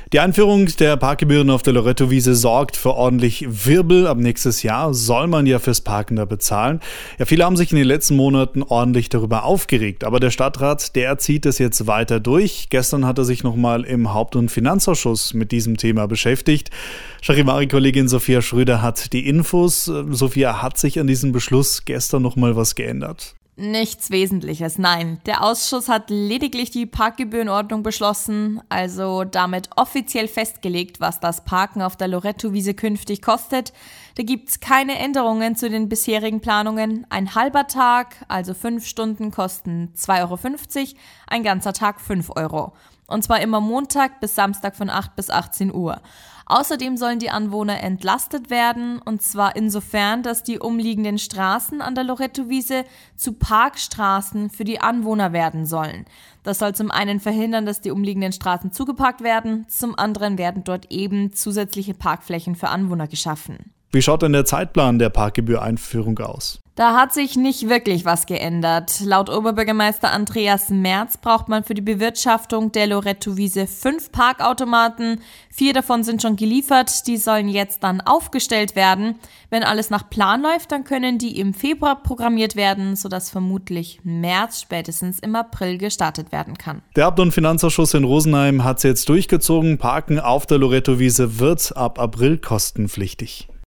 Die Einführung der Parkgebühren auf der Lorettowiese sorgt für ordentlich Wirbel. Ab nächstes Jahr soll man ja fürs Parken da bezahlen. Ja, viele haben sich in den letzten Monaten ordentlich darüber aufgeregt. Aber der Stadtrat, der zieht es jetzt weiter durch. Gestern hat er sich nochmal im Haupt- und Finanzausschuss mit diesem Thema beschäftigt. Charivari-Kollegin Sophia Schröder hat die Infos. Sophia, hat sich an diesem Beschluss gestern nochmal was geändert? Nichts Wesentliches, nein. Der Ausschuss hat lediglich die Parkgebührenordnung beschlossen, also damit offiziell festgelegt, was das Parken auf der Lorettowiese künftig kostet. Da gibt's keine Änderungen zu den bisherigen Planungen. Ein halber Tag, also 5 Stunden, kosten 2,50 Euro, ein ganzer Tag 5 Euro. Und zwar immer Montag bis Samstag von 8 bis 18 Uhr. Außerdem sollen die Anwohner entlastet werden, und zwar insofern, dass die umliegenden Straßen an der Lorettowiese zu Parkstraßen für die Anwohner werden sollen. Das soll zum einen verhindern, dass die umliegenden Straßen zugeparkt werden, zum anderen werden dort eben zusätzliche Parkflächen für Anwohner geschaffen. Wie schaut denn der Zeitplan der Parkgebühreinführung aus? Da hat sich nicht wirklich was geändert. Laut Oberbürgermeister Andreas Merz braucht man für die Bewirtschaftung der Lorettowiese 5 Parkautomaten. 4 davon sind schon geliefert, die sollen jetzt dann aufgestellt werden. Wenn alles nach Plan läuft, dann können die im Februar programmiert werden, sodass vermutlich März, spätestens im April gestartet werden kann. Der Haupt- und Finanzausschuss in Rosenheim hat es jetzt durchgezogen. Parken auf der Lorettowiese wird ab April kostenpflichtig.